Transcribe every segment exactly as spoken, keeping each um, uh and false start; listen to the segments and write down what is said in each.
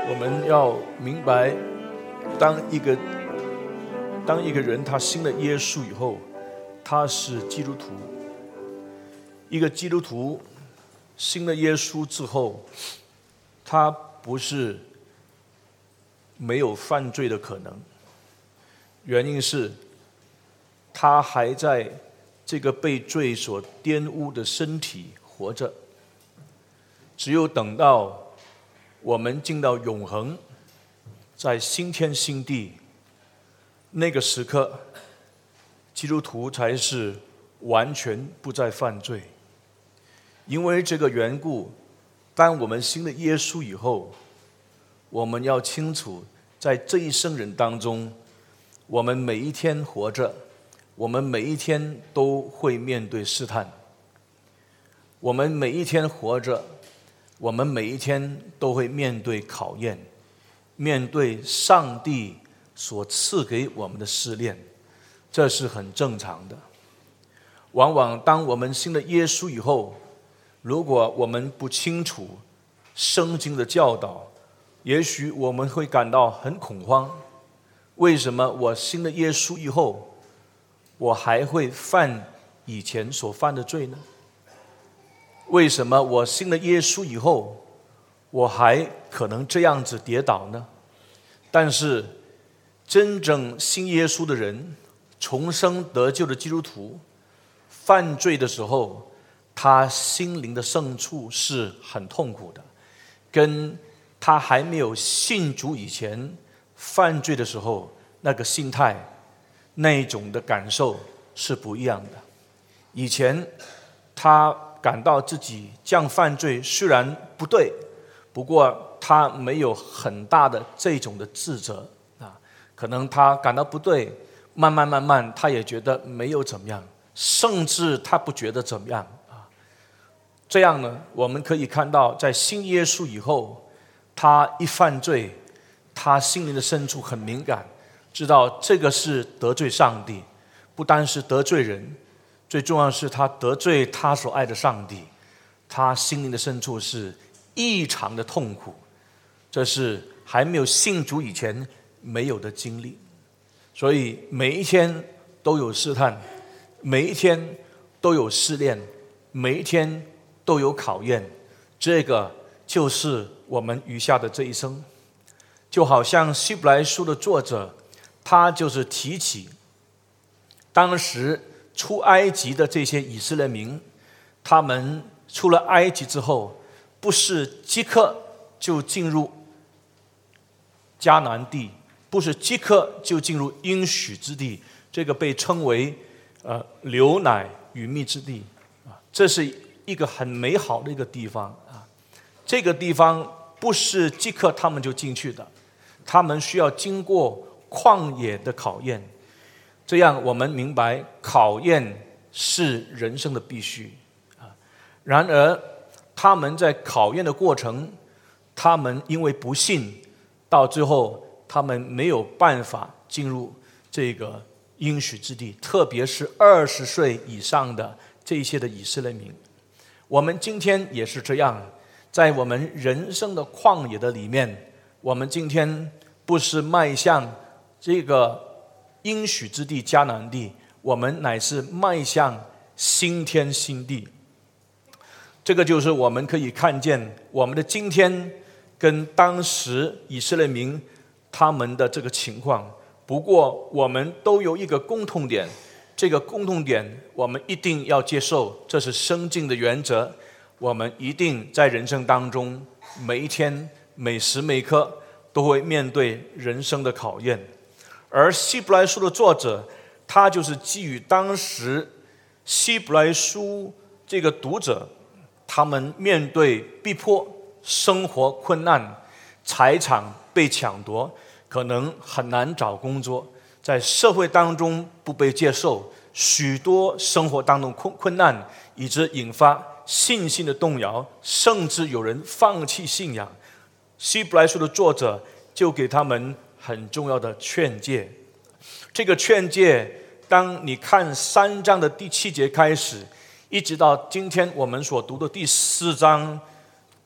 我们要明白，当一个当一个人他信了耶稣以后，他是基督徒。一个基督徒信了耶稣之后，他不是没有犯罪的可能，原因是他还在这个被罪所玷污的身体活着。只有等到我们进到永恒，在新天新地，那个时刻，基督徒才是完全不再犯罪。因为这个缘故，当我们信了耶稣以后，我们要清楚，在这一生人当中，我们每一天活着，我们每一天都会面对试探。我们每一天活着，我们每一天都会面对考验，面对上帝所赐给我们的试炼，这是很正常的。往往当我们信了耶稣以后，如果我们不清楚圣经的教导，也许我们会感到很恐慌。为什么我信了耶稣以后，我还会犯以前所犯的罪呢？为什么我信了耶稣以后，我还可能这样子跌倒呢？但是真正信耶稣的人，重生得救的基督徒，犯罪的时候，他心灵的深处是很痛苦的，跟他还没有信主以前犯罪的时候那个心态，那一种的感受是不一样的。以前他感到自己这样犯罪虽然不对，不过他没有很大的这种的自责啊，可能他感到不对，慢慢慢慢他也觉得没有怎么样，甚至他不觉得怎么样啊。这样呢，我们可以看到，在信耶稣以后，他一犯罪，他心灵的深处很敏感，知道这个是得罪上帝，不单是得罪人，最重要的是他得罪他所爱的上帝，他心灵的深处是异常的痛苦，这是还没有信主以前没有的经历。所以每一天都有试探，每一天都有试炼，每一天都有考验，这个就是我们余下的这一生。就好像希伯来书的作者，他就是提起当时出埃及的这些以色列民，他们出了埃及之后，不是即刻就进入迦南地，不是即刻就进入应许之地，这个被称为呃流奶与蜜之地啊，这是一个很美好的一个地方啊。这个地方不是即刻他们就进去的，他们需要经过旷野的考验。这样我们明白，考验是人生的必须啊。然而他们在考验的过程，他们因为不信，到最后他们没有办法进入这个应许之地，特别是二十岁以上的这些的以色列民。我们今天也是这样，在我们人生的旷野的里面，我们今天不是迈向这个应许之地迦南地，我们乃是迈向新天新地。这个就是我们可以看见我们的今天跟当时以色列民他们的这个情况。不过我们都有一个共同点，这个共同点我们一定要接受，这是生命的原则。我们一定在人生当中，每一天每时每刻都会面对人生的考验。而希伯来书的作者，他就是基于当时希伯来书这个读者，他们面对逼迫、生活困难、财产被抢夺，可能很难找工作，在社会当中不被接受，许多生活当中困困难，以致引发信心的动摇，甚至有人放弃信仰。希伯来书的作者就给他们很重要的劝诫。这个劝诫，当你看三章的第七节开始，一直到今天我们所读的第四章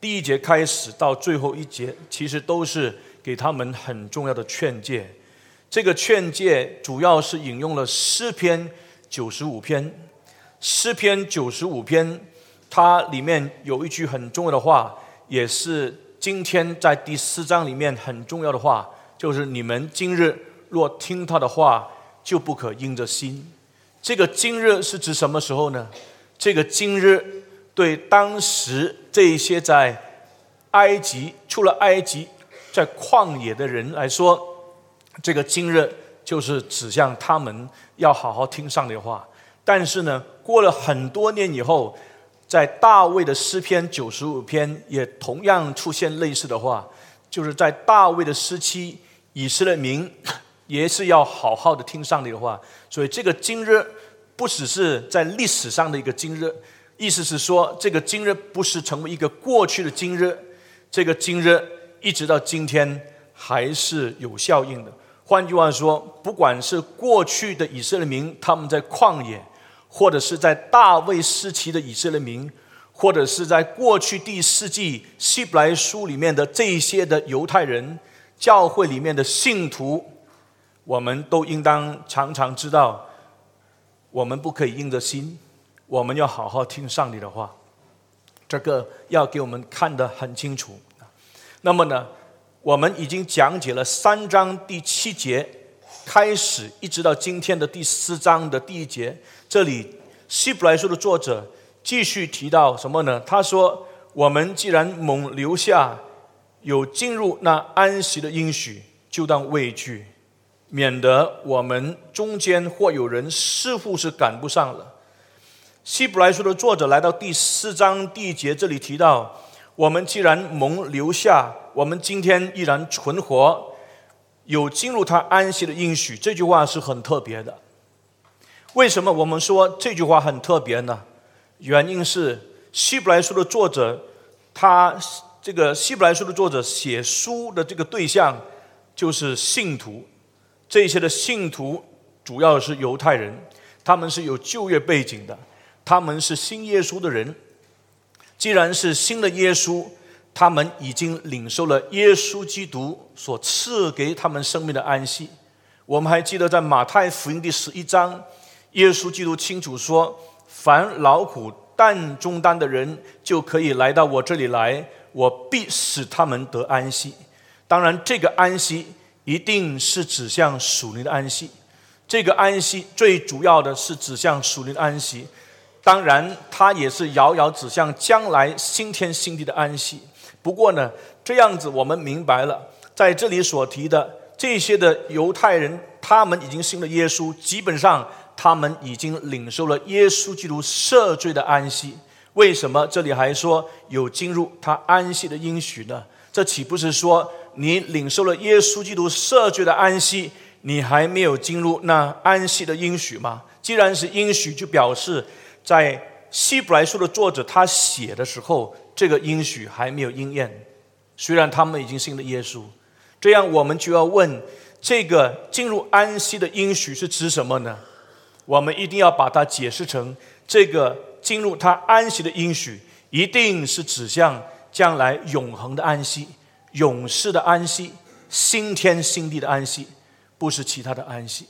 第一节开始到最后一节，其实都是给他们很重要的劝诫。这个劝诫主要是引用了诗篇九十五篇。诗篇九十五篇，它里面有一句很重要的话，也是今天在第四章里面很重要的话，就是你们今日若听他的话，就不可硬着心。这个今日是指什么时候呢？这个今日对当时这些在埃及出了埃及在旷野的人来说，这个今日就是指向他们要好好听上帝的话。但是呢，过了很多年以后，在大卫的诗篇九十五篇也同样出现类似的话，就是在大卫的时期，以色列民也是要好好的听上帝的话。所以这个今日不只是在历史上的一个今日，意思是说这个今日不是成为一个过去的今日，这个今日一直到今天还是有效应的。换句话说，不管是过去的以色列民他们在旷野，或者是在大卫时期的以色列民，或者是在过去第四纪希伯来书里面的这一些的犹太人，教会里面的信徒，我们都应当常常知道，我们不可以硬着心，我们要好好听上帝的话，这个要给我们看得很清楚。那么呢，我们已经讲解了三章第七节开始，一直到今天的第四章的第一节，这里希伯来书的作者继续提到什么呢？他说，我们既然蒙留下有进入那安息的应许，就当畏惧，免得我们中间或有人似乎是赶不上了。希伯来书的作者来到第四章第一节，这里提到，我们既然蒙留下，我们今天依然存活，有进入他安息的应许，这句话是很特别的。为什么我们说这句话很特别呢？原因是希伯来书的作者，他这个希伯来书的作者写书的这个对象就是信徒，这些的信徒主要是犹太人，他们是有旧约背景的，他们是信耶稣的人。既然是新的耶稣，他们已经领受了耶稣基督所赐给他们生命的安息。我们还记得在马太福音第十一章，耶稣基督清楚说，凡劳苦担重担的人就可以来到我这里来，我必使他们得安息。当然这个安息一定是指向属灵的安息，这个安息最主要的是指向属灵的安息，当然它也是遥遥指向将来新天新地的安息。不过呢，这样子我们明白了，在这里所提的这些的犹太人，他们已经信了耶稣，基本上他们已经领受了耶稣基督赦罪的安息。为什么这里还说有进入他安息的应许呢？这岂不是说你领受了耶稣基督赦罪的安息，你还没有进入那安息的应许吗？既然是应许，就表示在希伯来书的作者他写的时候，这个应许还没有应验，虽然他们已经信了耶稣。这样我们就要问，这个进入安息的应许是指什么呢？我们一定要把它解释成，这个进入他安息的应许一定是指向将来永恒的安息，永世的安息，新天新地的安息，不是其他的安息。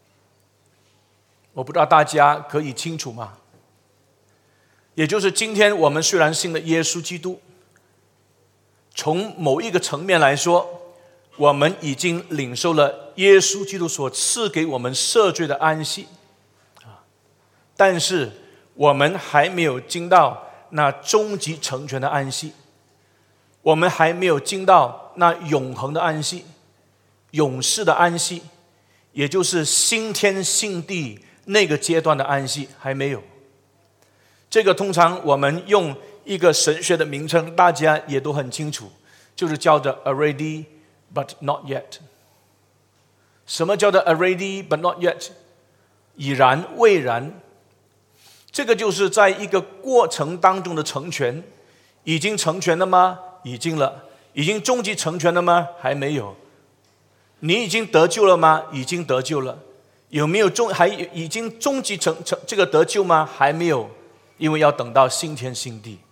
我不知道大家可以清楚吗？也就是今天我们虽然信了耶稣基督，从某一个层面来说，我们已经领受了耶稣基督所赐给我们赦罪的安息，但是我们还没有进到那终极成全的安息，我们还没有进到那永恒的安息，永世的安息，也就是新天新地那个阶段的安息还没有。这个通常我们用一个神学的名称，大家也都很清楚，就是叫做 already but not yet。 什么叫做 already but not yet？ 已然未然，这个就是在一个过程当中的成全。已经成全了吗？已经了。已经终极成全了吗？还没有。你已经得救了吗？已经得救了。有没有终还已经终极成成这个得救吗？还没有，因为要等到新天新地。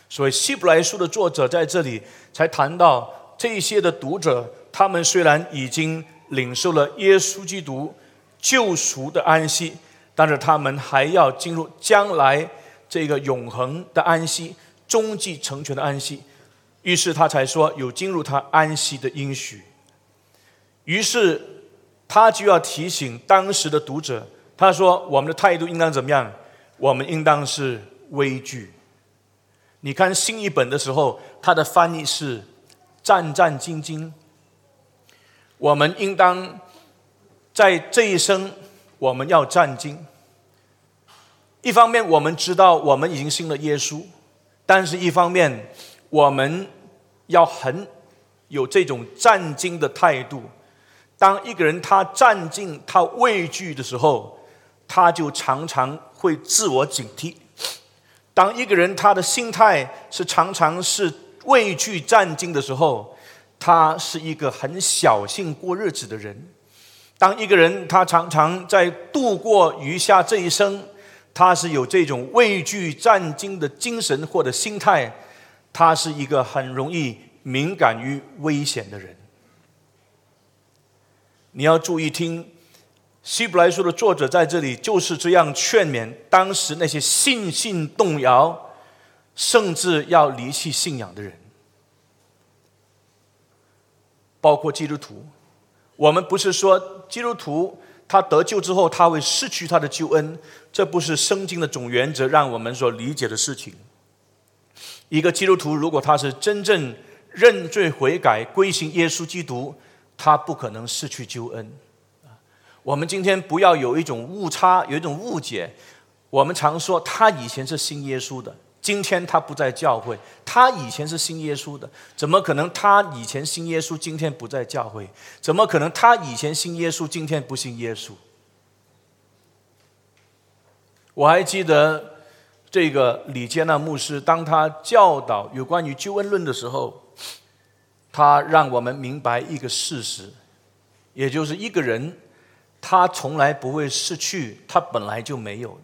所以希伯来书的作者在这里才谈到，这些的读者，他们虽然已经领受了耶稣基督救赎的安息，但是他们还要进入将来这个永恒的安息，终极成全的安息。于是他才说有进入他安息的应许。于是他就要提醒当时的读者，他说我们的态度应当怎么样？我们应当是畏惧。你看新译本的时候，它的翻译是战战兢兢。我们应当在这一生，我们要战兢。一方面我们知道我们已经信了耶稣，但是一方面我们要很有这种战兢的态度。当一个人他战兢，他畏惧的时候，他就常常会自我警惕。当一个人他的心态是常常是畏惧战兢的时候，他是一个很小心过日子的人。当一个人他常常在度过余下这一生，他是有这种畏惧战兢的精神或者心态，他是一个很容易敏感于危险的人。你要注意听，希伯来书的作者在这里就是这样劝勉当时那些信心动摇，甚至要离弃信仰的人，包括基督徒。我们不是说基督徒他得救之后他会失去他的救恩，这不是圣经的总原则让我们所理解的事情。一个基督徒如果他是真正认罪悔改归信耶稣基督，他不可能失去救恩。我们今天不要有一种误差，有一种误解。我们常说他以前是信耶稣的，今天他不在教会。他以前是信耶稣的，怎么可能他以前信耶稣今天不在教会？怎么可能他以前信耶稣今天不信耶稣？我还记得这个李接纳牧师，当他教导有关于救恩论的时候，他让我们明白一个事实，也就是一个人他从来不会失去他本来就没有的。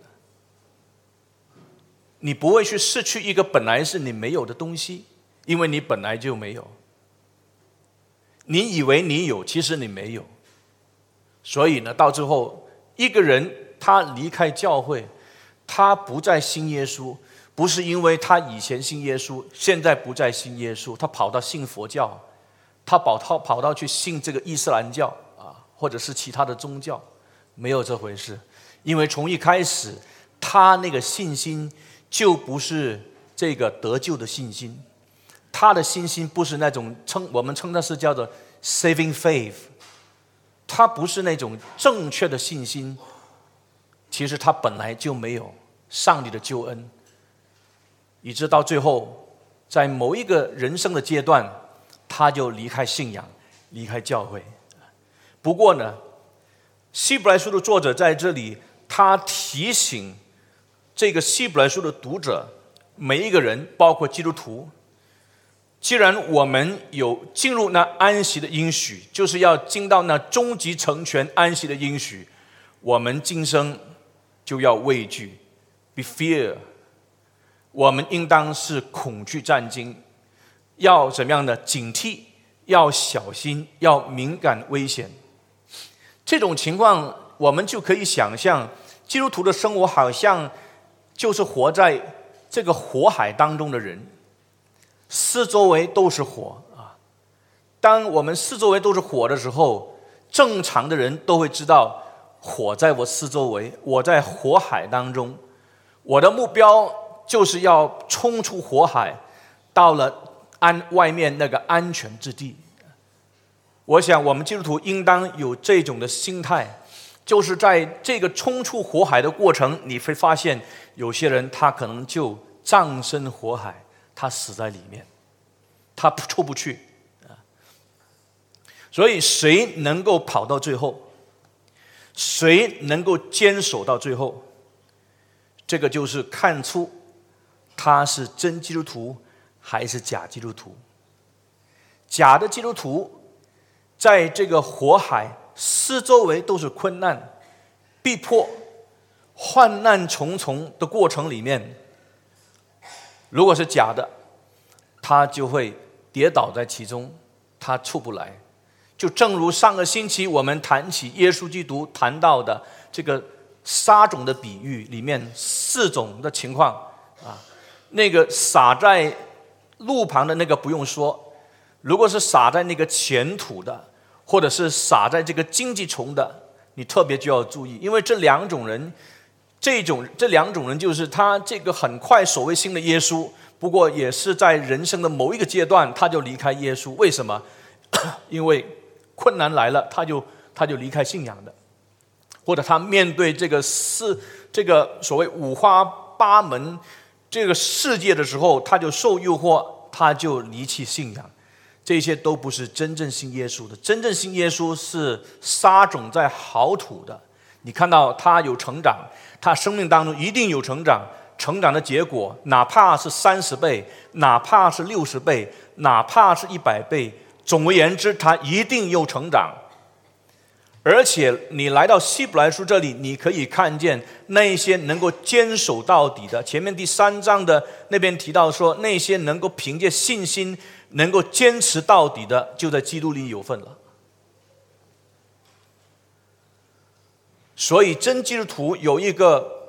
你不会去失去一个本来是你没有的东西，因为你本来就没有。你以为你有，其实你没有。所以呢，到最后一个人他离开教会，他不再信耶稣，不是因为他以前信耶稣，现在不再信耶稣，他跑到信佛教，他跑到跑到去信这个伊斯兰教啊，或者是其他的宗教，没有这回事。因为从一开始，他那个信心就不是这个得救的信心，他的信心不是那种称我们称它是叫做 saving faith， 他不是那种正确的信心。其实他本来就没有上帝的救恩，以致到最后在某一个人生的阶段，他就离开信仰，离开教会。不过呢，希伯来书的作者在这里他提醒这个希伯来书的读者，每一个人包括基督徒，既然我们有进入那安息的应许，就是要进到那终极成全安息的应许，我们今生就要畏惧 be fear， 我们应当是恐惧战兢，要怎么样的警惕，要小心，要敏感危险。这种情况我们就可以想象，基督徒的生活好像就是活在这个火海当中的人，四周围都是火啊。当我们四周围都是火的时候，正常的人都会知道火在我四周围，我在火海当中，我的目标就是要冲出火海，到了安外面那个安全之地。我想我们基督徒应当有这种的心态，就是在这个冲出火海的过程，你会发现有些人他可能就葬身火海，他死在里面，他出不去。所以谁能够跑到最后，谁能够坚守到最后，这个就是看出他是真基督徒还是假基督徒。假的基督徒在这个火海四周围都是困难、逼迫、患难重重的过程里面， 如果是假的，他就会跌倒在其中，他出不来。就正如上个星期我们谈起耶稣基督谈到的这个撒种的比喻里面四种的情况啊，那个撒在路旁的那个不用说，如果是撒在那个浅土的，或者是撒在这个荆棘丛的，你特别就要注意，因为这两种人，这种这两种人就是他这个很快所谓信的耶稣，不过也是在人生的某一个阶段他就离开耶稣。为什么？因为困难来了，他就他就离开信仰的，或者他面对这个世这个所谓五花八门这个世界的时候，他就受诱惑，他就离弃信仰。这些都不是真正信耶稣的。真正信耶稣是撒种在好土的，你看到他有成长，他生命当中一定有成长，成长的结果哪怕是三十倍，哪怕是六十倍，哪怕是一百倍，总而言之他一定有成长。而且你来到希伯来书这里，你可以看见那些能够坚守到底的，前面第三章的那边提到说，那些能够凭借信心能够坚持到底的，就在基督里有份了。所以真基督徒有一个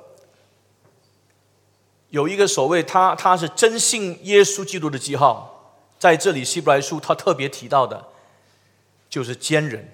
有一个所谓他他是真信耶稣基督的记号，在这里希伯来书他特别提到的就是坚忍。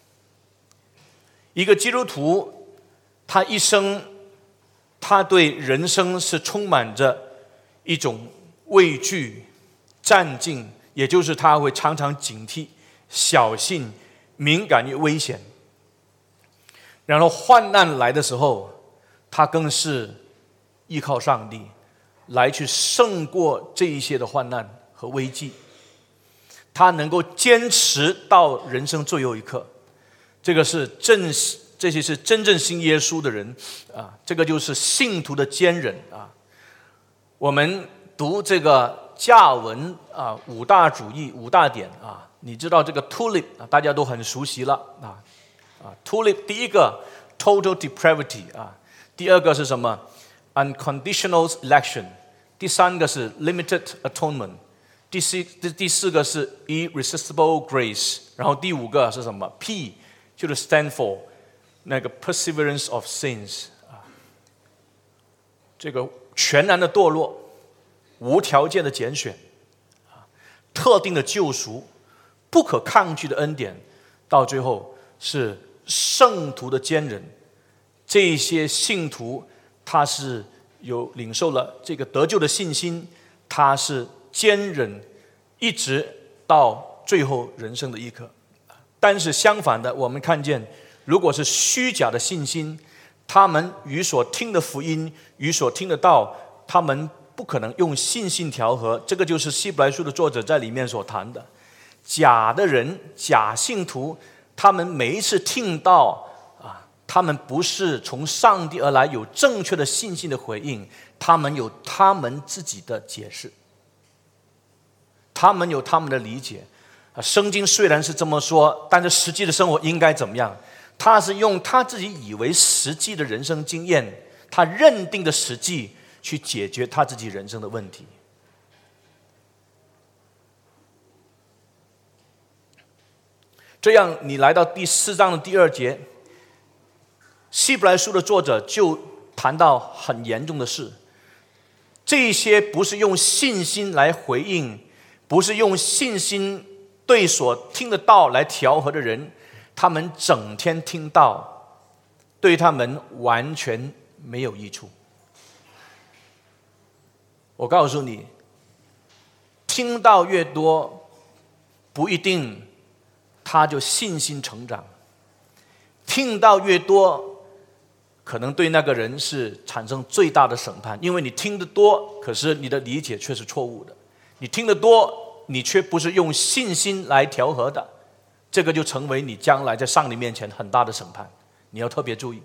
一个基督徒他一生他对人生是充满着一种畏惧战兢，也就是他会常常警惕小心敏感于危险，然后患难来的时候他更是依靠上帝来去胜过这一些的患难和危机，他能够坚持到人生最后一刻。这个是正，这些是真正信耶稣的人啊，这个就是信徒的坚忍啊。我们读这个加尔文啊，五大主义五大点啊，你知道这个 tulip 啊，大家都很熟悉了啊啊 tulip 第一个 total depravity 啊，第二个是什么 unconditional election， 第三个是 limited atonement， 第四第四个是 irresistible grace， 然后第五个是什么 P， 就是 stand for 那个 perseverance of sins 啊，这个全然的堕落，无条件的拣选，特定的救赎，不可抗拒的恩典，到最后是圣徒的坚忍。这些信徒他是有领受了这个得救的信心，他是坚忍一直到最后人生的一刻。但是相反的，我们看见如果是虚假的信心，他们与所听的福音与所听的道，他们不可能用信心调和。这个就是希伯来书的作者在里面所谈的。假的人，假信徒，他们每一次听到啊，他们不是从上帝而来有正确的信心的回应，他们有他们自己的解释，他们有他们的理解。圣经虽然是这么说，但是实际的生活应该怎么样？他是用他自己以为实际的人生经验，他认定的实际去解决他自己人生的问题。这样你来到第四章的第二节，希伯来书的作者就谈到很严重的事。这些不是用信心来回应，不是用信心对所听的道来调和的人，他们整天听道，对他们完全没有益处。我告诉你，听到越多，不一定他就信心成长。听到越多，可能对那个人是产生最大的审判，因为你听得多，可是你的理解却是错误的。你听得多，你却不是用信心来调和的，这个就成为你将来在上帝面前很大的审判，你要特别注意。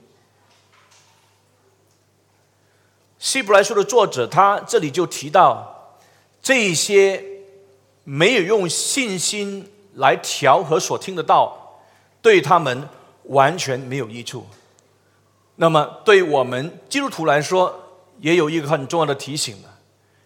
希伯来书的作者他这里就提到，这些没有用信心来调和所听的道，对他们完全没有益处。那么对我们基督徒来说，也有一个很重要的提醒了，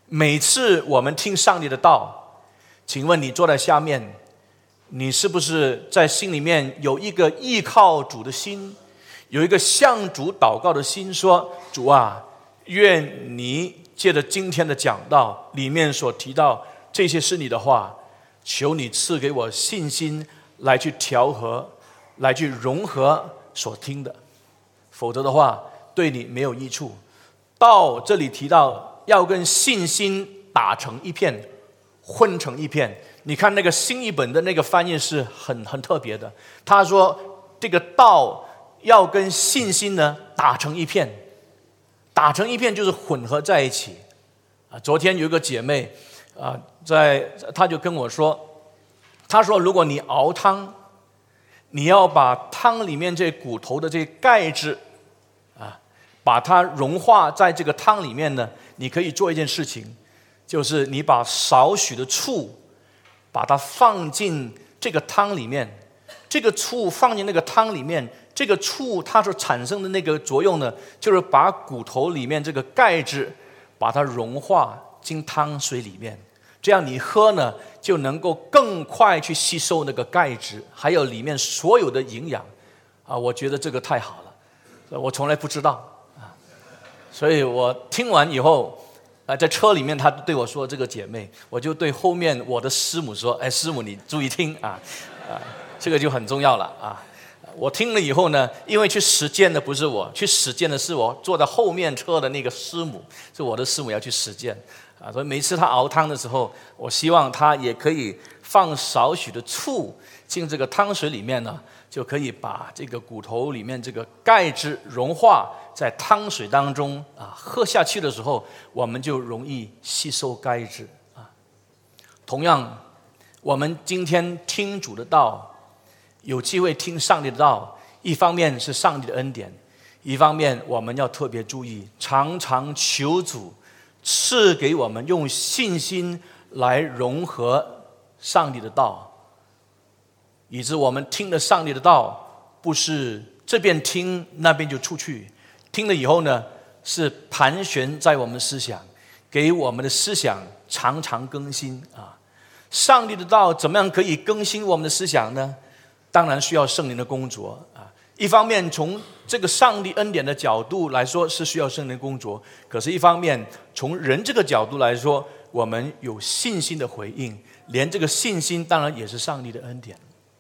每次我们听上帝的道，请问你坐在下面，你是不是在心里面有一个依靠主的心，有一个向主祷告的心，说主啊，愿你借着今天的讲道里面所提到这些是你的话，求你赐给我信心来去调和，来去融合所听的，否则的话对你没有益处。道这里提到要跟信心打成一片，混成一片。你看那个新译本的那个翻译是很很特别的，他说这个道要跟信心呢打成一片，打成一片就是混合在一起啊。昨天有一个姐妹啊，在她就跟我说，她说如果你熬汤，你要把汤里面这骨头的这钙质啊，把它融化在这个汤里面呢，你可以做一件事情，就是你把少许的醋把它放进这个汤里面，这个醋放进那个汤里面，这个醋它所产生的那个作用呢，就是把骨头里面这个钙质把它融化进汤水里面，这样你喝呢就能够更快去吸收那个钙质，还有里面所有的营养啊！我觉得这个太好了，我从来不知道啊，所以我听完以后啊，在车里面她对我说这个姐妹，我就对后面我的师母说，哎，师母你注意听啊啊，这个就很重要了啊！我听了以后呢，因为去实践的不是我，去实践的是我坐在后面车的那个师母，是我的师母要去实践啊，所以每次她熬汤的时候，我希望她也可以放少许的醋进这个汤水里面呢，就可以把这个骨头里面这个钙质融化在汤水当中啊，喝下去的时候，我们就容易吸收钙质啊。同样，我们今天听主的道，有机会听上帝的道，一方面是上帝的恩典，一方面我们要特别注意，常常求主赐给我们用信心来融合上帝的道，以致我们听了上帝的道，不是这边听那边就出去，听了以后呢，是盘旋在我们思想，给我们的思想常常更新啊。上帝的道怎么样可以更新我们的思想呢？当然需要圣灵的工作啊。一方面从这个上帝恩典的角度来说是需要圣灵的工作，可是一方面从人这个角度来说，我们有信心的回应，连这个信心当然也是上帝的恩典。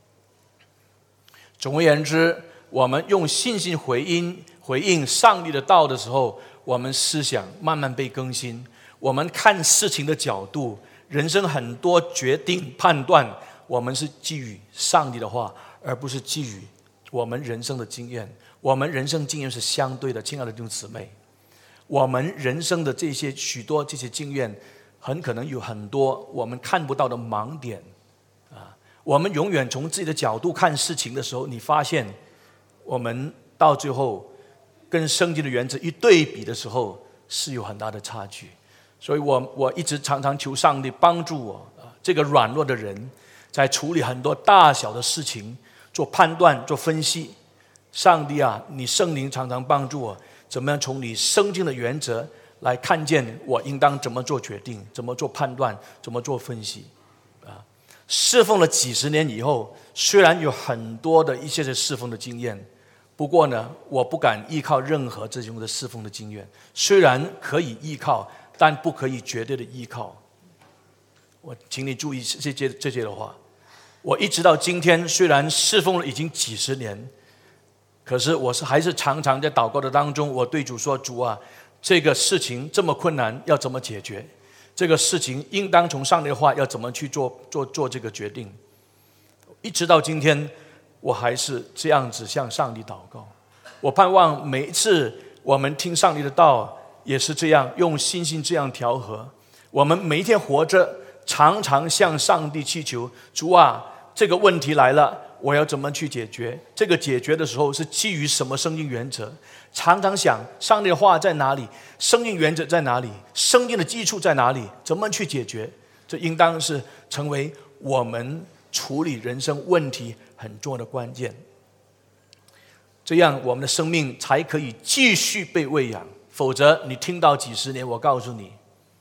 总而言之，我们用信心回应回应上帝的道的时候，我们思想慢慢被更新，我们看事情的角度，人生很多决定判断，我们是基于上帝的话，而不是基于我们人生的经验。我们人生经验是相对的，亲爱的弟兄姊妹，我们人生的这些许多这些经验，很可能有很多我们看不到的盲点啊。我们永远从自己的角度看事情的时候，你发现我们到最后跟圣经的原则一对比的时候，是有很大的差距。所以我我一直常常求上帝帮助我啊，这个软弱的人在处理很多大小的事情做判断做分析。上帝啊，你圣灵常常帮助我，怎么样从你圣经的原则来看见我应当怎么做决定，怎么做判断，怎么做分析啊。侍奉了几十年以后，虽然有很多的一些的侍奉的经验，不过呢，我不敢依靠任何这种的侍奉的经验，虽然可以依靠，但不可以绝对的依靠。我请你注意这些这些的话。我一直到今天，虽然侍奉了已经几十年，可是我是还是常常在祷告的当中，我对主说，主啊，这个事情这么困难，要怎么解决？这个事情应当从上帝的话要怎么去做做做这个决定？一直到今天，我还是这样子向上帝祷告。我盼望每一次我们听上帝的道，也是这样用信心这样调和。我们每一天活着，常常向上帝祈求，主啊，这个问题来了，我要怎么去解决？这个解决的时候是基于什么圣经原则？常常想上帝的话在哪里，圣经原则在哪里，圣经的基础在哪里，怎么去解决？这应当是成为我们处理人生问题很重要的关键，这样我们的生命才可以继续被喂养。否则你听到几十年，我告诉你，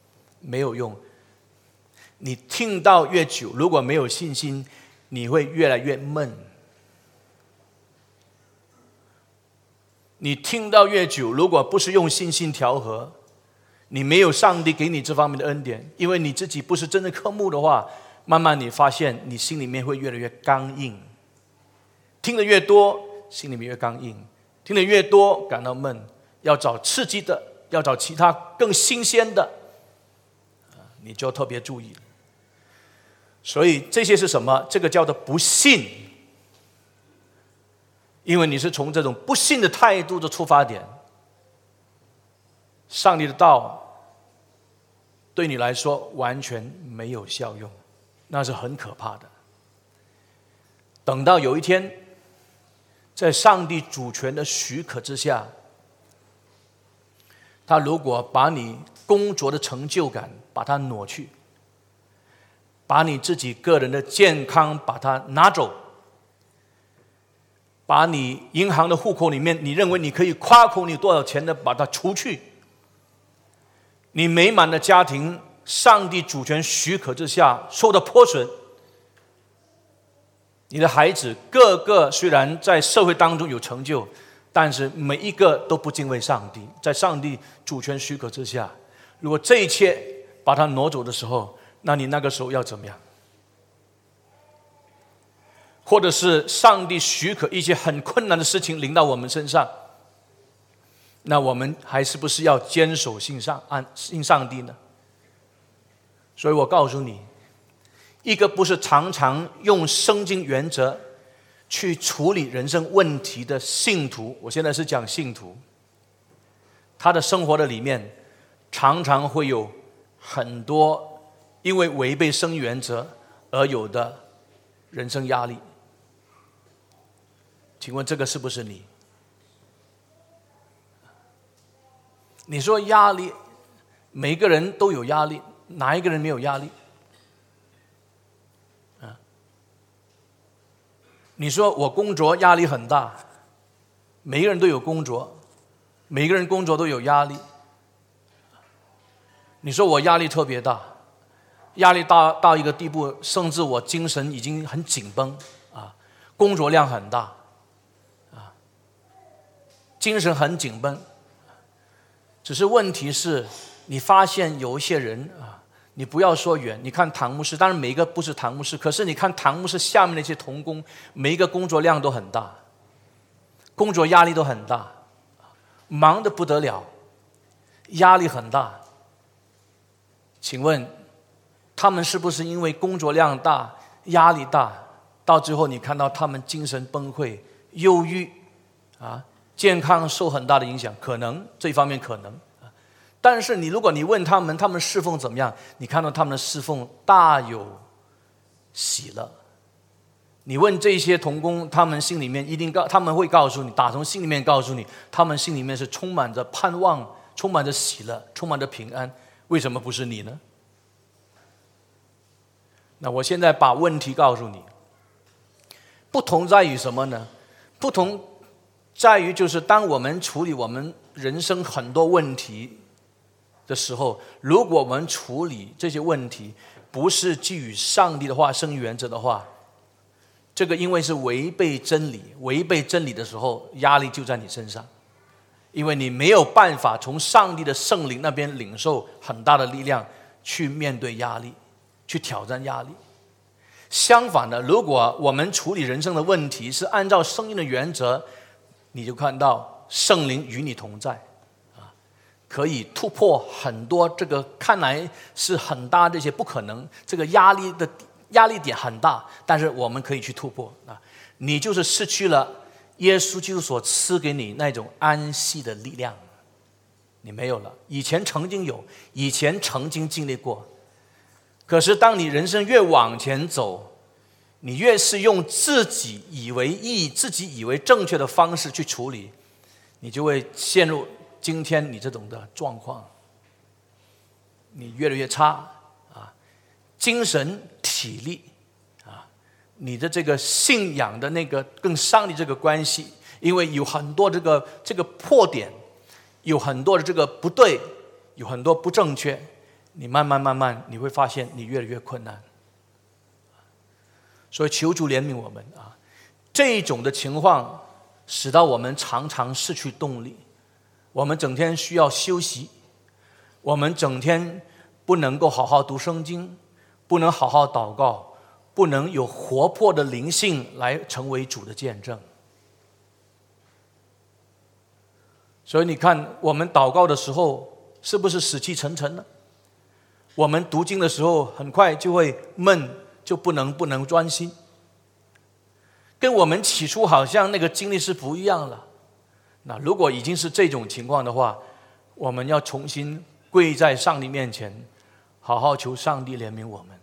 没有用。你听到越久，如果没有信心，你会越来越闷。你听到越久，如果不是用信心调和，你没有上帝给你这方面的恩典，因为你自己不是真的渴慕的话，慢慢你发现你心里面会越来越刚硬。听得越多，心里面越刚硬，听得越多感到闷，要找刺激的，要找其他更新鲜的，你就特别注意。所以这些是什么？这个叫做不信，因为你是从这种不信的态度的出发点，上帝的道对你来说完全没有效用，那是很可怕的。等到有一天，在上帝主权的许可之下，他如果把你工作的成就感把它挪去，把你自己个人的健康把它拿走，把你银行的户口里面你认为你可以夸口你多少钱的把它除去，你美满的家庭上帝主权许可之下受到破损，你的孩子个个虽然在社会当中有成就，但是每一个都不敬畏上帝，在上帝主权许可之下，如果这一切把它挪走的时候，那你那个时候要怎么样？或者是上帝许可一些很困难的事情临到我们身上，那我们还是不是要坚守信上按信上帝呢？所以我告诉你，一个不是常常用圣经原则去处理人生问题的信徒，我现在是讲信徒，他的生活的里面常常会有很多因为违背圣原则而有的人生压力。请问这个是不是你？你说压力，每个人都有压力，哪一个人没有压力？啊，你说我工作压力很大，每个人都有工作，每个人工作都有压力。你说我压力特别大，压力大到一个地步，甚至我精神已经很紧绷啊，工作量很大啊，精神很紧绷。只是问题是，你发现有一些人啊，你不要说远，你看唐牧师，当然每一个不是唐牧师，可是你看唐牧师下面那些同工，每一个工作量都很大，工作压力都很大，忙得不得了，压力很大。请问他们是不是因为工作量大、压力大，到最后你看到他们精神崩溃、忧郁啊，健康受很大的影响？可能这一方面可能，但是你如果你问他们，他们侍奉怎么样？你看到他们的侍奉大有喜乐。你问这些同工，他们心里面一定告，他们会告诉你，打从心里面告诉你，他们心里面是充满着盼望、充满着喜乐、充满着平安。为什么不是你呢？那我现在把问题告诉你，不同在于什么呢？不同在于就是当我们处理我们人生很多问题的时候，如果我们处理这些问题不是基于上帝的话、圣原则的话，这个因为是违背真理，违背真理的时候，压力就在你身上，因为你没有办法从上帝的圣灵那边领受很大的力量去面对压力，去挑战压力。相反的，如果我们处理人生的问题是按照圣经的原则，你就看到圣灵与你同在啊，可以突破很多这个看来是很大这些不可能，这个压力的压力点很大，但是我们可以去突破啊。你就是失去了耶稣基督所赐给你那种安息的力量，你没有了。以前曾经有，以前曾经经历过，可是当你人生越往前走，你越是用自己以为义、自己以为正确的方式去处理，你就会陷入今天你这种的状况，你越来越差啊，精神、体力啊，你的这个信仰的那个跟上帝这个关系，因为有很多这个这个破点，有很多的这个不对，有很多不正确， 你慢慢慢慢你会发现你越来越困难。所以求主怜悯我们啊！这种的情况使到我们常常失去动力，我们整天需要休息，我们整天不能够好好读圣经，不能好好祷告，不能有活泼的灵性来成为主的见证。所以你看，我们祷告的时候是不是死气沉沉呢？我们读经的时候很快就会闷，就不能不能专心，跟我们起初好像那个经历是不一样了。那如果已经是这种情况的话，我们要重新跪在上帝面前，好好求上帝怜悯我们，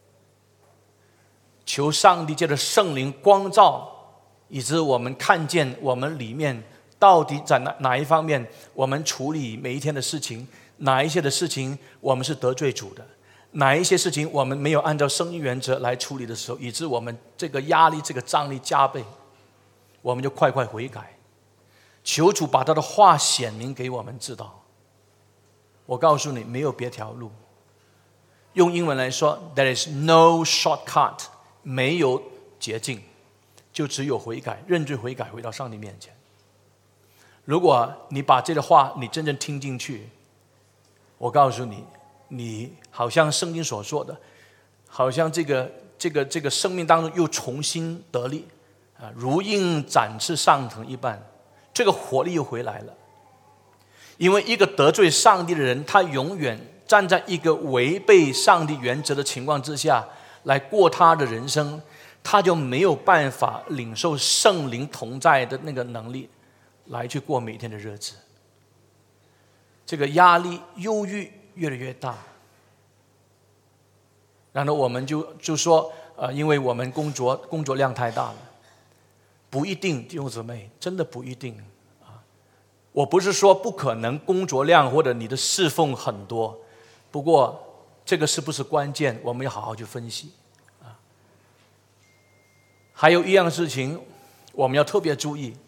求上帝借着圣灵光照，以致我们看见我们里面到底在 哪, 哪一方面我们处理每一天的事情，哪一些的事情我们是得罪主的，哪一些事情我们没有按照圣经原则来处理的时候，以致我们这个压力这个张力加倍，我们就快快悔改，求主把他的话显明给我们知道。我告诉你，没有别条路。用英文来说 There is no shortcut， 没有捷径，就只有悔改，认罪悔改，回到上帝面前。如果你把这个话你真正听进去，我告诉你，你好像圣经所说的，好像这个这个这个生命当中又重新得力啊，如鹰展翅上腾一般，这个活力又回来了。因为一个得罪上帝的人，他永远站在一个违背上帝原则的情况之下来过他的人生，他就没有办法领受圣灵同在的那个能力来去过每天的日子。这个压力忧郁越来越大，然后我们就就说呃，因为我们工作工作量太大了，不一定，弟兄姊妹，真的不一定啊！我不是说不可能工作量或者你的侍奉很多，不过这个是不是关键，我们要好好去分析啊。还有一样事情我们要特别注意，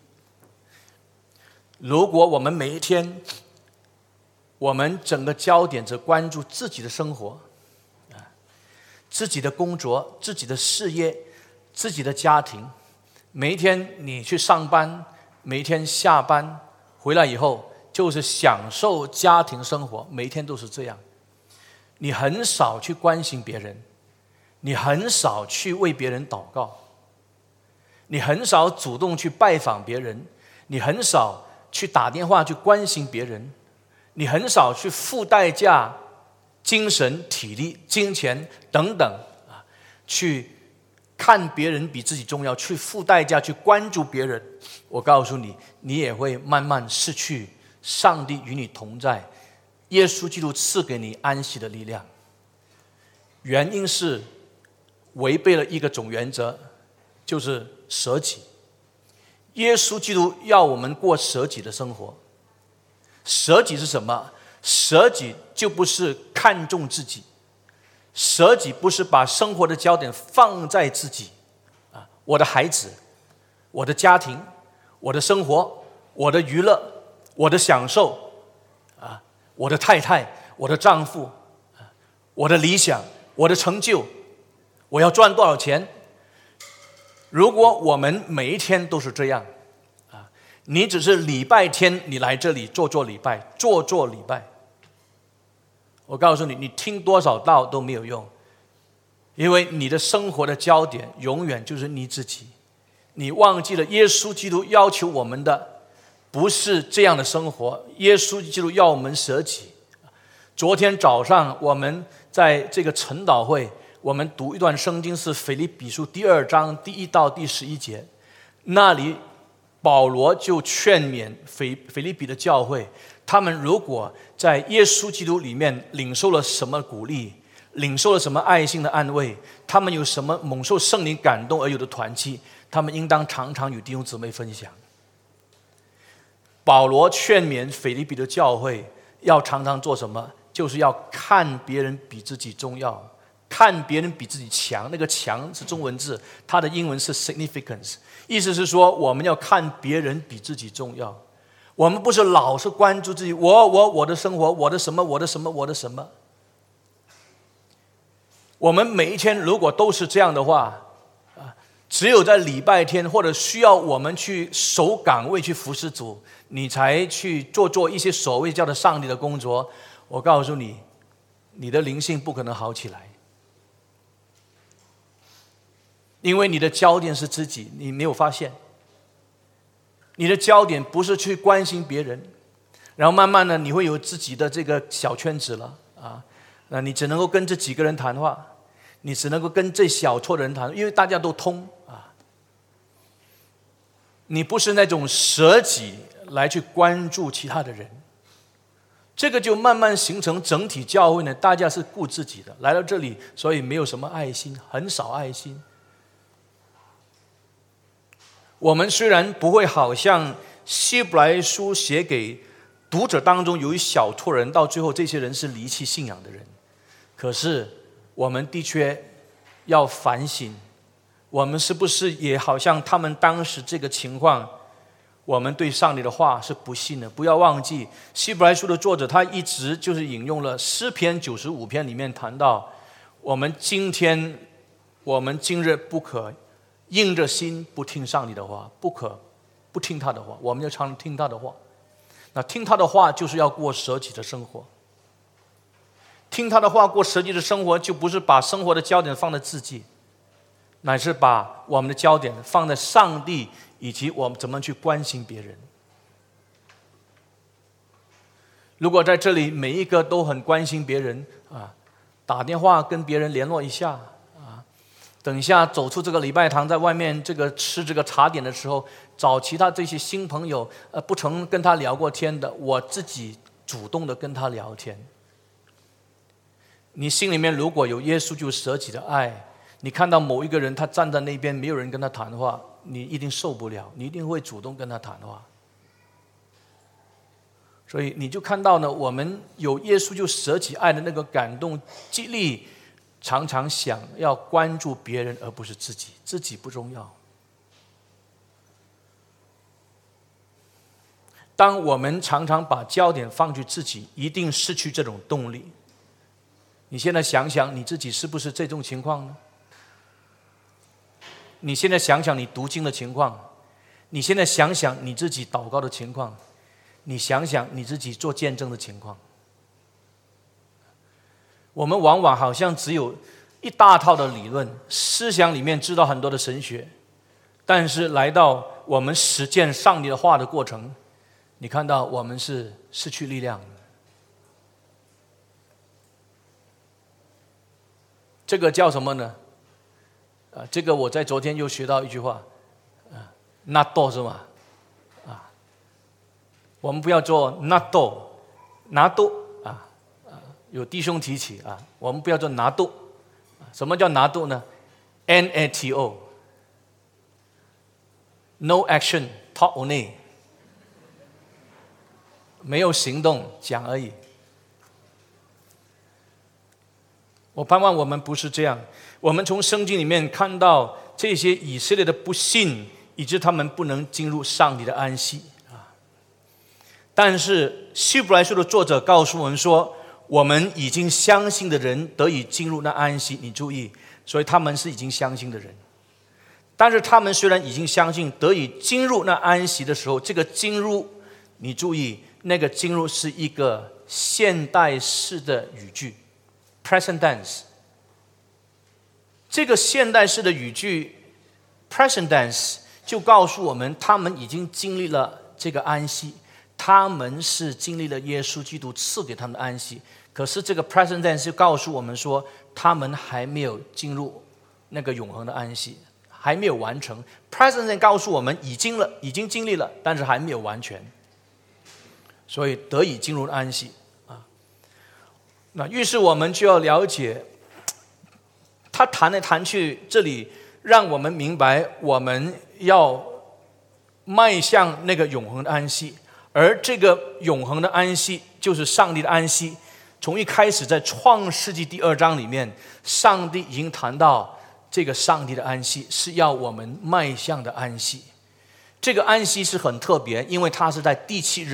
如果我们每一天我们整个焦点只关注自己的生活啊，自己的工作，自己的事业，自己的家庭，每一天你去上班，每一天下班回来以后就是享受家庭生活，每一天都是这样，你很少去关心别人，你很少去为别人祷告，你很少主动去拜访别人，你很少去打电话去关心别人，你很少去付代价，精神、体力、金钱等等啊，去看别人比自己重要，去付代价去关注别人。我告诉你，你也会慢慢失去上帝与你同在，耶稣基督赐给你安息的力量。原因是违背了一个总原则，就是舍己。耶稣基督要我们过舍己的生活。舍己是什么？舍己就不是看重自己，舍己不是把生活的焦点放在自己啊，我的孩子，我的家庭，我的生活，我的娱乐，我的享受啊，我的太太，我的丈夫，我的理想，我的成就，我要赚多少钱。如果我们每一天都是这样，你只是礼拜天你来这里做做礼拜，做做礼拜，我告诉你，你听多少道都没有用，因为你的生活的焦点永远就是你自己，你忘记了耶稣基督要求我们的不是这样的生活，耶稣基督要我们舍己。昨天早上我们在这个晨祷会，我们读一段圣经，是腓立比书第二章第一到第十一节，那里保罗就劝勉腓腓立比的教会，他们如果在耶稣基督里面领受了什么鼓励，领受了什么爱心的安慰，他们有什么蒙受圣灵感动而有的团契，他们应当常常与弟兄姊妹分享。保罗劝勉腓立比的教会要常常做什么？就是要看别人比自己重要，看别人比自己强。那个强是中文字，它的英文是 significance， 意思是说我们要看别人比自己重要。我们不是老是关注自己，我我我的生活，我的什么，我的什么，我的什么。 我们每一天如果都是这样的话，啊，只有在礼拜天或者需要我们去守岗位去服侍主，你才去做做一些所谓叫做上帝的工作，我告诉你，你的灵性不可能好起来，因为你的焦点是自己，你没有发现？你的焦点不是去关心别人，然后慢慢的你会有自己的这个小圈子了啊，那你只能够跟这几个人谈话，你只能够跟这小撮的人谈，因为大家都通啊。你不是那种舍己来去关注其他的人，这个就慢慢形成整体教会呢，大家是顾自己的，来到这里，所以没有什么爱心，很少爱心。我们虽然不会好像希伯来书写给读者当中有一小撮人，到最后这些人是离弃信仰的人，可是我们的确要反省，我们是不是也好像他们当时这个情况，我们对上帝的话是不信的。不要忘记希伯来书的作者他一直就是引用了诗篇九十五篇里面谈到，我们今天我们今日不可硬着心不听上帝的话，不可不听他的话，我们要常听他的话。那听他的话就是要过舍己的生活，听他的话过舍己的生活，就不是把生活的焦点放在自己，乃是把我们的焦点放在上帝以及我们怎么去关心别人。如果在这里每一个都很关心别人啊，打电话跟别人联络一下，等一下走出这个礼拜堂，在外面这个吃这个茶点的时候，找其他这些新朋友，呃，不曾跟他聊过天的，我自己主动的跟他聊天。你心里面如果有耶稣就舍己的爱，你看到某一个人他站在那边，没有人跟他谈话，你一定受不了，你一定会主动跟他谈话。所以你就看到呢，我们有耶稣就舍己爱的那个感动激励，常常想要关注别人而不是自己，自己不重要。当我们常常把焦点放去自己，一定失去这种动力。你现在想想你自己是不是这种情况呢？你现在想想你读经的情况，你现在想想你自己祷告的情况，你想想你自己做见证的情况。我们往往好像只有一大套的理论思想里面知道很多的神学，但是来到我们实践上帝的话的过程，你看到我们是失去力量的。这个叫什么呢？啊，这个我在昨天又学到一句话，啊 ，not do 是吗？啊，我们不要做 not do， 拿都。有弟兄提起啊，我们不要做拿督。什么叫拿督呢 ？N A T O， No action, talk only， 没有行动，讲而已。我盼望我们不是这样。我们从圣经里面看到这些以色列的不信，以致他们不能进入上帝的安息啊。但是希伯来书的作者告诉我们说，我们已经相信的人得以进入那安息。你注意，所以他们是已经相信的人。但是他们虽然已经相信得以进入那安息的时候，这个进入，你注意，那个进入是一个现代式的语句 present tense。 这个现代式的语句 present tense 就告诉我们，他们已经经历了这个安息，他们是经历了耶稣基督赐给他们的安息。可是这个 present tense 就告诉我们说，他们还没有进入那个永恒的安息，还没有完成。 present tense 告诉我们已经了，已经经历了，但是还没有完全，所以得以进入安息啊。那于是我们就要了解，他谈来谈去，这里让我们明白，我们要迈向那个永恒的安息，而这个永恒的安息就是上帝的安息。从一开始在创世纪第二章里面，上帝已经谈到这个上帝的安息是要我们迈向的安息。这个安息是很特别，因为它是在第七日，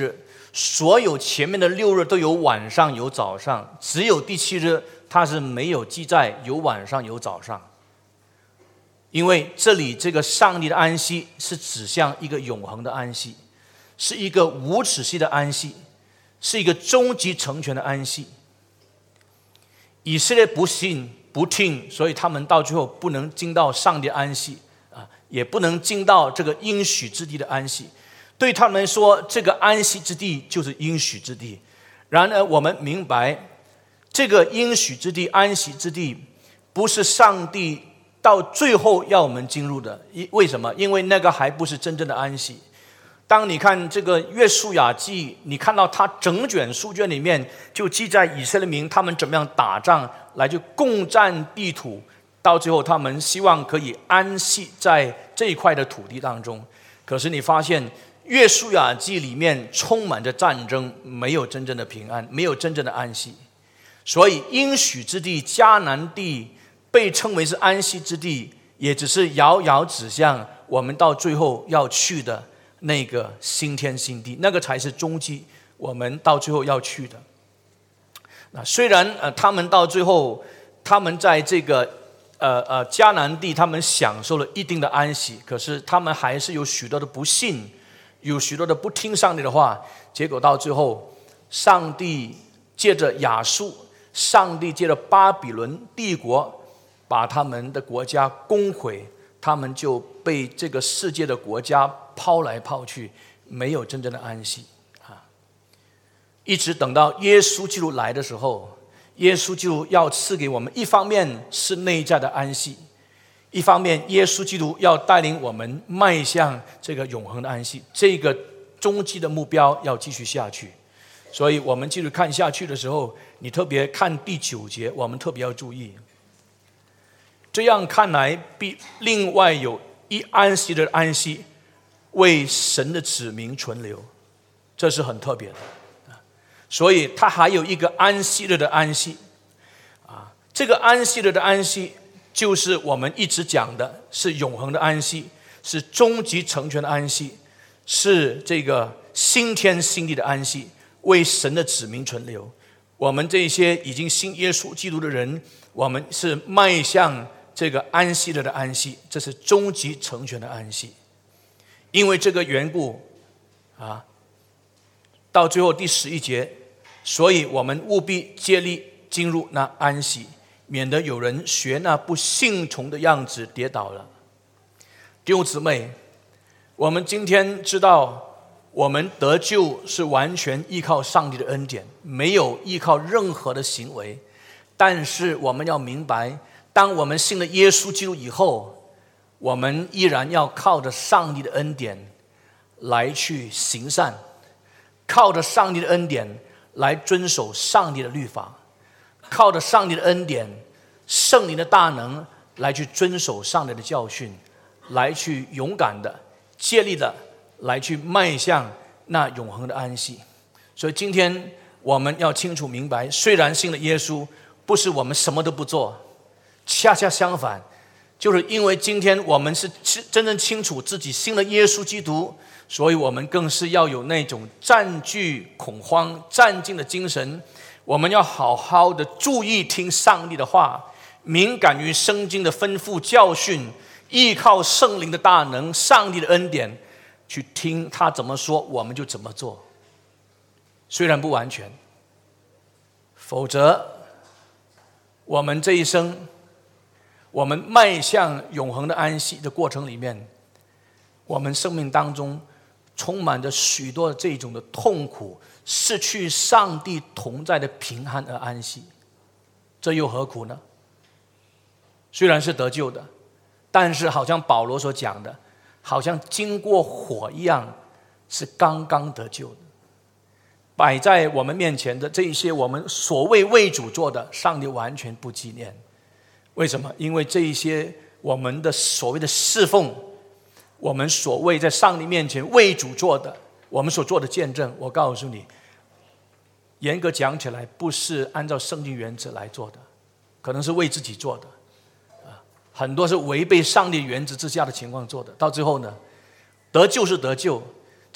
所有前面的六日都有晚上有早上，只有第七日它是没有记载有晚上有早上。因为这里这个上帝的安息是指向一个永恒的安息，是一个无止息的安息，是一个终极成全的安息。以色列不信不听，所以他们到最后不能进到上帝的安息啊，也不能进到这个应许之地的安息。对他们来说，这个安息之地就是应许之地。然而我们明白，这个应许之地、安息之地不是上帝到最后要我们进入的。为什么？因为那个还不是真正的安息。当你看这个约书亚记，你看到他整卷书卷里面就记载以色列民他们怎么样打仗来去攻占地土，到最后他们希望可以安息在这一块的土地当中。可是你发现约书亚记里面充满着战争，没有真正的平安，没有真正的安息。所以应许之地迦南地被称为是安息之地，也只是遥遥指向我们到最后要去的那个新天新地，那个才是终极我们到最后要去的。那虽然呃他们到最后他们在这个呃呃迦南地他们享受了一定的安息，可是他们还是有许多的不信，有许多的不听上帝的话，结果到最后上帝借着亚述，上帝借着巴比伦帝国把他们的国家攻毁，他们就被这个世界的国家抛来抛去，没有真正的安息啊！一直等到耶稣基督来的时候，耶稣基督要赐给我们，一方面是内在的安息，一方面耶稣基督要带领我们迈向这个永恒的安息，这个终极的目标要继续下去。所以我们继续看下去的时候，你特别看第九节，我们特别要注意。这样看来，必另外有一安息的安息，为神的子民存留，这是很特别的。所以他还有一个安息日的安息啊，这个安息日的安息就是我们一直讲的，是永恒的安息，是终极成全的安息，是这个新天新地的安息，为神的子民存留。我们这些已经信耶稣基督的人，我们是迈向这个安息日的安息，这是终极成全的安息。因为这个缘故啊，到最后第十一节，所以我们务必竭力进入那安息，免得有人学那不信从的样子跌倒了。弟兄姊妹，我们今天知道，我们得救是完全依靠上帝的恩典，没有依靠任何的行为。但是我们要明白，当我们信了耶稣基督以后，我们依然要靠着上帝的恩典来去行善，靠着上帝的恩典来遵守上帝的律法，靠着上帝的恩典、圣灵的大能来去遵守上帝的教训，来去勇敢的、竭力的来去迈向那永恒的安息。所以今天我们要清楚明白，虽然信了耶稣，不是我们什么都不做，恰恰相反，就是因为今天我们是真正清楚自己信了耶稣基督，所以我们更是要有那种战惧恐慌、战兢的精神。我们要好好的注意听上帝的话，敏感于圣经的吩咐教训，依靠圣灵的大能、上帝的恩典，去听他怎么说，我们就怎么做。虽然不完全，否则我们这一生，我们迈向永恒的安息的过程里面，我们生命当中充满着许多这种的痛苦，失去上帝同在的平安而安息，这又何苦呢？虽然是得救的，但是好像保罗所讲的，好像经过火一样，是刚刚得救的。摆在我们面前的这一些我们所谓为主做的，上帝完全不纪念。为什么？因为这一些我们的所谓的侍奉，我们所谓在上帝面前为主做的，我们所做的见证，我告诉你，严格讲起来不是按照圣经原则来做的，可能是为自己做的，很多是违背上帝原则之下的情况做的。到最后呢，得救是得救，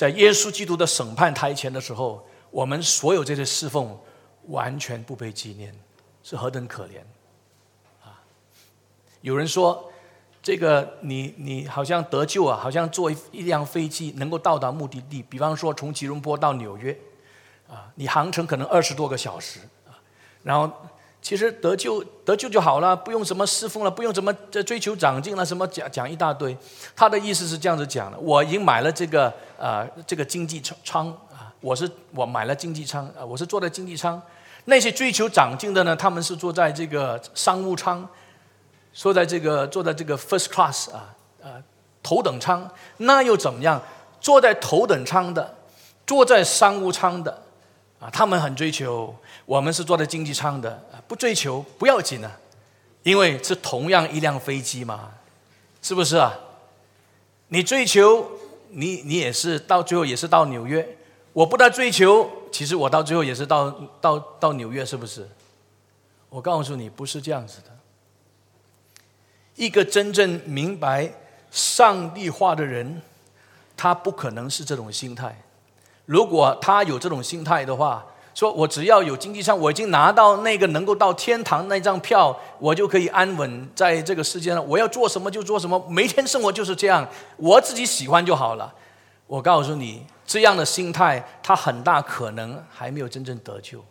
在耶稣基督的审判台前的时候，我们所有这些侍奉完全不被纪念，是何等可怜啊！有人说，这个你你好像得救啊，好像坐一辆飞机能够到达目的地，比方说从吉隆坡到纽约啊，你航程可能二十多个小时啊，然后其实得救得救就好了，不用什么侍奉了，不用什么追求长进了，什么讲讲一大堆。他的意思是这样子讲的：我已经买了这个呃这个经济舱啊，我是我买了经济舱啊，我是坐在经济舱。那些追求长进的呢，他们是坐在这个商务舱，坐在这个坐在这个 first class 啊啊头等舱。那又怎么样？坐在头等舱的，坐在商务舱的啊，他们很追求。我们是坐在经济舱的，不追求不要紧啊，因为是同样一辆飞机嘛，是不是啊？你追求，你你也是到最后也是到纽约，我不大追求，其实我到最后也是到到到纽约，是不是？我告诉你，不是这样子的。一个真正明白上帝话的人，他不可能是这种心态。如果他有这种心态的话，说我只要有经济舱，我已经拿到那个能够到天堂那张票，我就可以安稳在这个世界上，我要做什么就做什么，每天生活就是这样，我自己喜欢就好了。我告诉你，这样的心态，他很大可能还没有真正得救。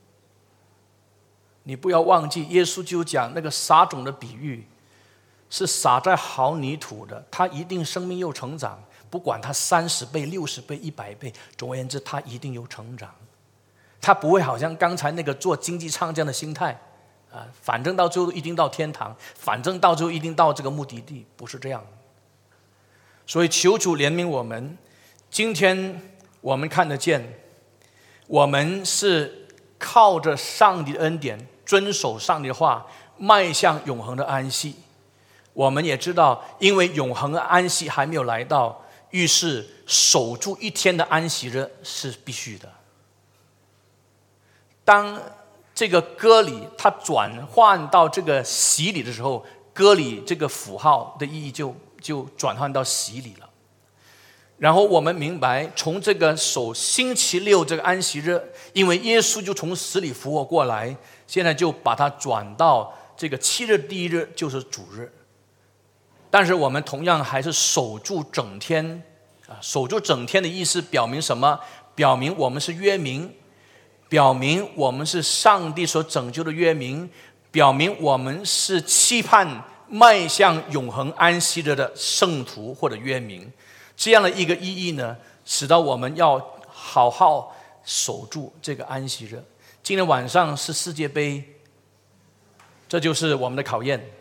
你不要忘记，耶稣就讲那个撒种的比喻，是撒在好泥土的，他一定生命又成长，不管他三十倍、六十倍、一百倍，总而言之，他一定有成长。他不会好像刚才那个做经济舱这样的心态啊，反正到最后一定到天堂，反正到最后一定到这个目的地，不是这样。所以求主怜悯我们。今天我们看得见，我们是靠着上帝的恩典，遵守上帝的话，迈向永恒的安息。我们也知道，因为永恒的安息还没有来到，于是守住一天的安息日是必须的。当这个割礼它转换到这个洗礼的时候，割礼这个符号的意义就就转换到洗礼了。然后我们明白，从这个守星期六这个安息日，因为耶稣就从死里复活过来，现在就把它转到这个七日第一日就是主日。但是我们同样还是守住整天啊，守住整天的意思表明什么？表明我们是约民。表明我们是上帝所拯救的约民，表明我们是期盼迈向永恒安息日的圣徒或者约民。这样的一个意义呢，使到我们要好好守住这个安息日。今天晚上是世界杯，这就是我们的考验。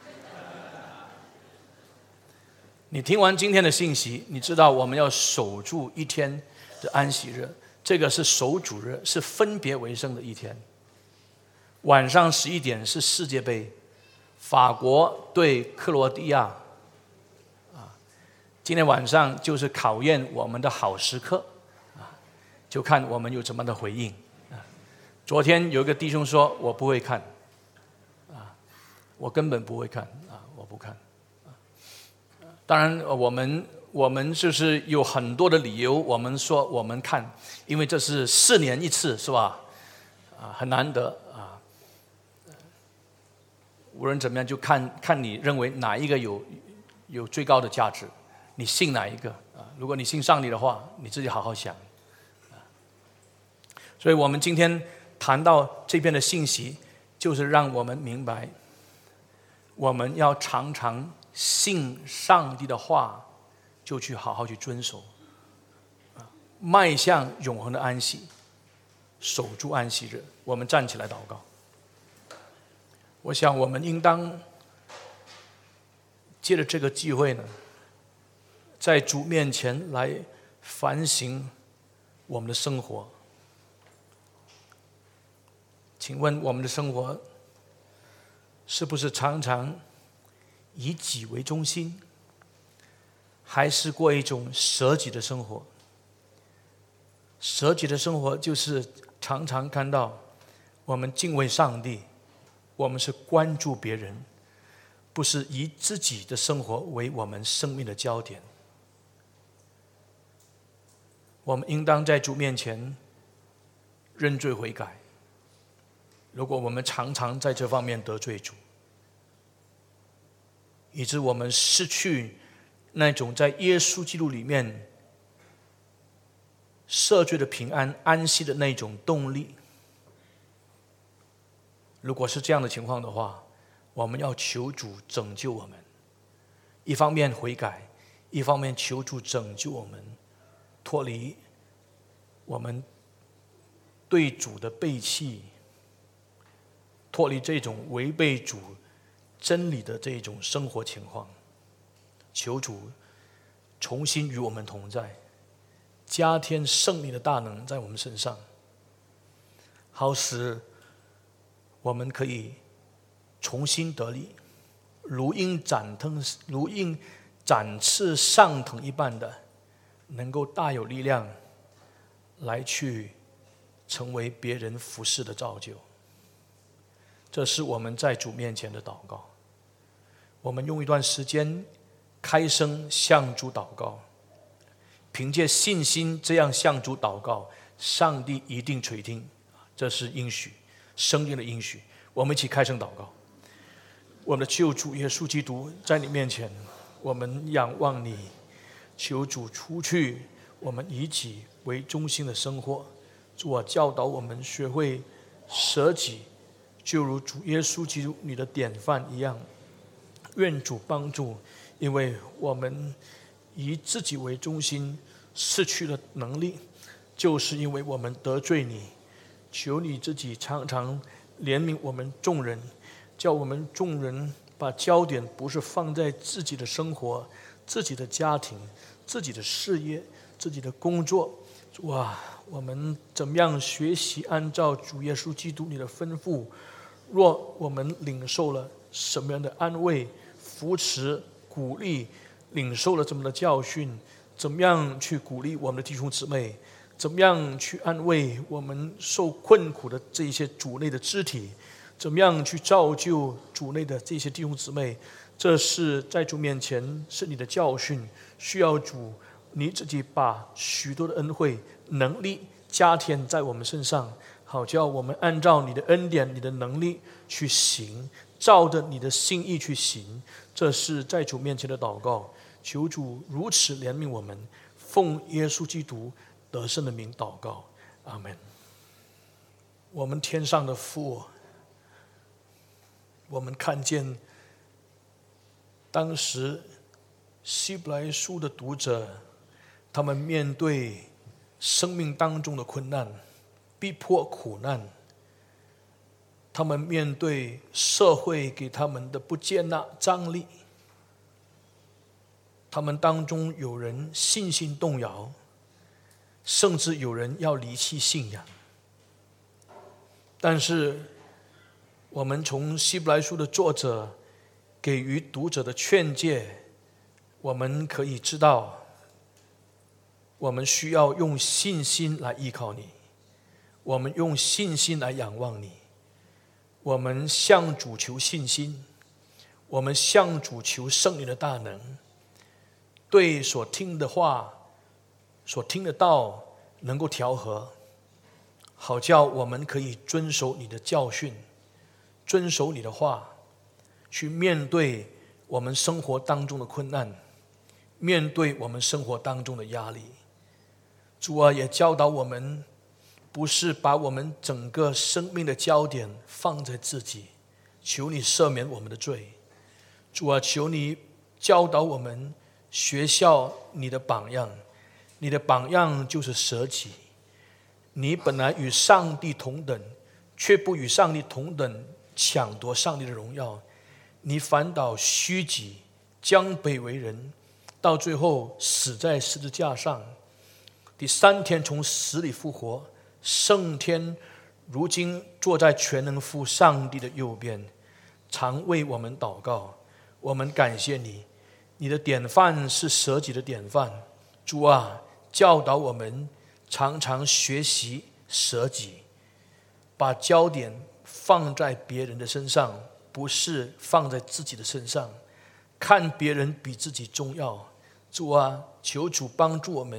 你听完今天的信息，你知道我们要守住一天的安息日。这个是守主日，是分别为圣的一天。晚上十一点是世界杯，法国对克罗地亚啊，今天晚上就是考验我们的好时刻啊，就看我们有怎么的回应啊。昨天有一个弟兄说，我不会看啊，我根本不会看啊，我不看啊。当然我们。我们就是有很多的理由，我们说我们看，因为这是四年一次，是吧？啊，很难得啊。无论怎么样，就看看你认为哪一个有有最高的价值，你信哪一个啊？如果你信上帝的话，你自己好好想。啊，所以我们今天谈到这边的信息，就是让我们明白，我们要常常信上帝的话。就去好好去遵守，迈向永恒的安息，守住安息日。我们站起来祷告。我想我们应当借着这个机会呢，在主面前来反省我们的生活。请问我们的生活是不是常常以己为中心？还是过一种舍己的生活。舍己的生活就是常常看到我们敬畏上帝，我们是关注别人，不是以自己的生活为我们生命的焦点。 我们应当在主面前认罪悔改。如果我们常常在这方面得罪主，以致我们失去那种在耶稣基督里面赦罪的平安、安息的那种动力，如果是这样的情况的话，我们要求主拯救我们，一方面悔改，一方面求主拯救我们，脱离我们对主的背弃，脱离这种违背主真理的这种生活情况。求主重新与我们同在，加添圣灵的大能在我们身上，好使我们可以重新得力，如鹰展腾，如鹰展翅上腾一般的，能够大有力量来去成为别人服侍的造就。这是我们在主面前的祷告。我们用一段时间开声向主祷告，凭借信心这样向主祷告，上帝一定垂听，这是应许，生命的应许。我们一起开声祷告。我们的救主耶稣基督，在你面前我们仰望你，求主除去我们以己为中心的生活。主啊，教导我们学会舍己，就如主耶稣基督你的典范一样。愿主帮助，因为我们以自己为中心失去了能力，就是因为我们得罪你。求你自己常常怜悯我们众人，叫我们众人把焦点不是放在自己的生活、自己的家庭、自己的事业、自己的工作。主啊，我们怎么样学习按照主耶稣基督你的吩咐？若我们领受了什么样的安慰、扶持、鼓励，领受了这么的教训，怎么样去鼓励我们的弟兄姊妹？怎么样去安慰我们受困苦的这一些主内的肢体？怎么样去造就主内的这些弟兄姊妹？这是在主面前是你的教训，需要主你自己把许多的恩惠、能力加添在我们身上，好叫我们按照你的恩典、你的能力去行，照着你的心意去行。这是在主面前的祷告，求主如此怜悯我们，奉耶稣基督得胜的名祷告，阿们。我们天上的父，我们看见当时希伯来书的读者，他们面对生命当中的困难、逼迫、苦难，他们面对社会给他们的不接纳、张力，他们当中有人信心动摇，甚至有人要离弃信仰。但是我们从希伯来书的作者给予读者的劝诫，我们可以知道，我们需要用信心来依靠你，我们用信心来仰望你，我们向主求信心，我们向主求圣灵的大能，对所听的话、所听的道能够调和，好叫我们可以遵守你的教训，遵守你的话，去面对我们生活当中的困难，面对我们生活当中的压力。主啊，也教导我们，不是把我们整个生命的焦点放在自己，求你赦免我们的罪。主啊，求你教导我们学效你的榜样，你的榜样就是舍己。你本来与上帝同等，却不与上帝同等抢夺上帝的荣耀，你反倒虚己，将卑为人，到最后死在十字架上，第三天从死里复活，升天，如今坐在全能父上帝的右边，常为我们祷告。我们感谢你，你的典范是舍己的典范。主啊，教导我们常常学习舍己，把焦点放在别人的身上，不是放在自己的身上，看别人比自己重要。主啊，求主帮助我们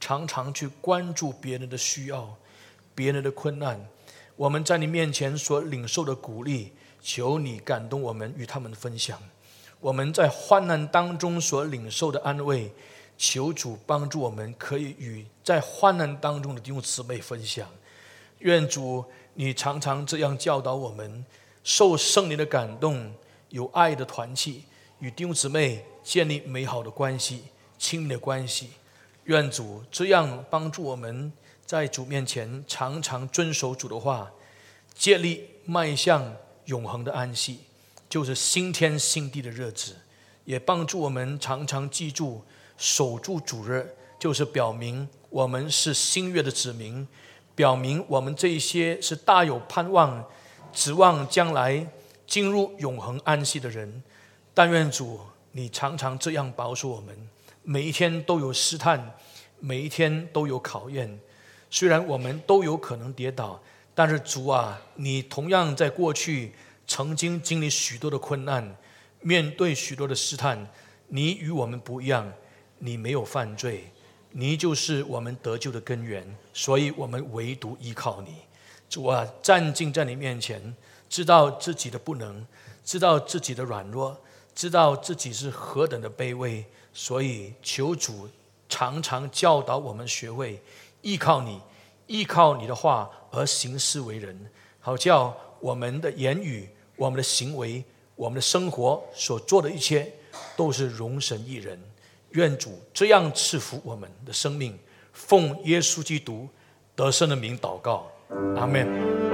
常常去关注别人的需要，别人的困难。我们在你面前所领受的鼓励，求你感动我们与他们分享。我们在患难当中所领受的安慰，求主帮助我们可以与在患难当中的弟兄姊妹分享。愿主你常常这样教导我们，受圣灵的感动，有爱的团契，与弟兄姊妹建立美好的关系，亲密的关系。愿主这样帮助我们在主面前常常遵守主的话，竭力迈向永恒的安息，就是新天新地的日子。也帮助我们常常记住守住主日，就是表明我们是新约的子民，表明我们这一些是大有盼望，指望将来进入永恒安息的人。但愿主你常常这样保守我们，每一天都有试探，每一天都有考验。虽然我们都有可能跌倒，但是主啊，你同样在过去曾经经历许多的困难，面对许多的试探，你与我们不一样，你没有犯罪，你就是我们得救的根源，所以我们唯独依靠你。主啊，站静在你面前，知道自己的不能，知道自己的软弱，知道自己是何等的卑微，所以求主常常教导我们学会依靠你，依靠你的话而行事为人，好叫我们的言语、我们的行为、我们的生活所做的一切都是荣神益人。愿主这样赐福我们的生命，奉耶稣基督得胜的名祷告，阿们。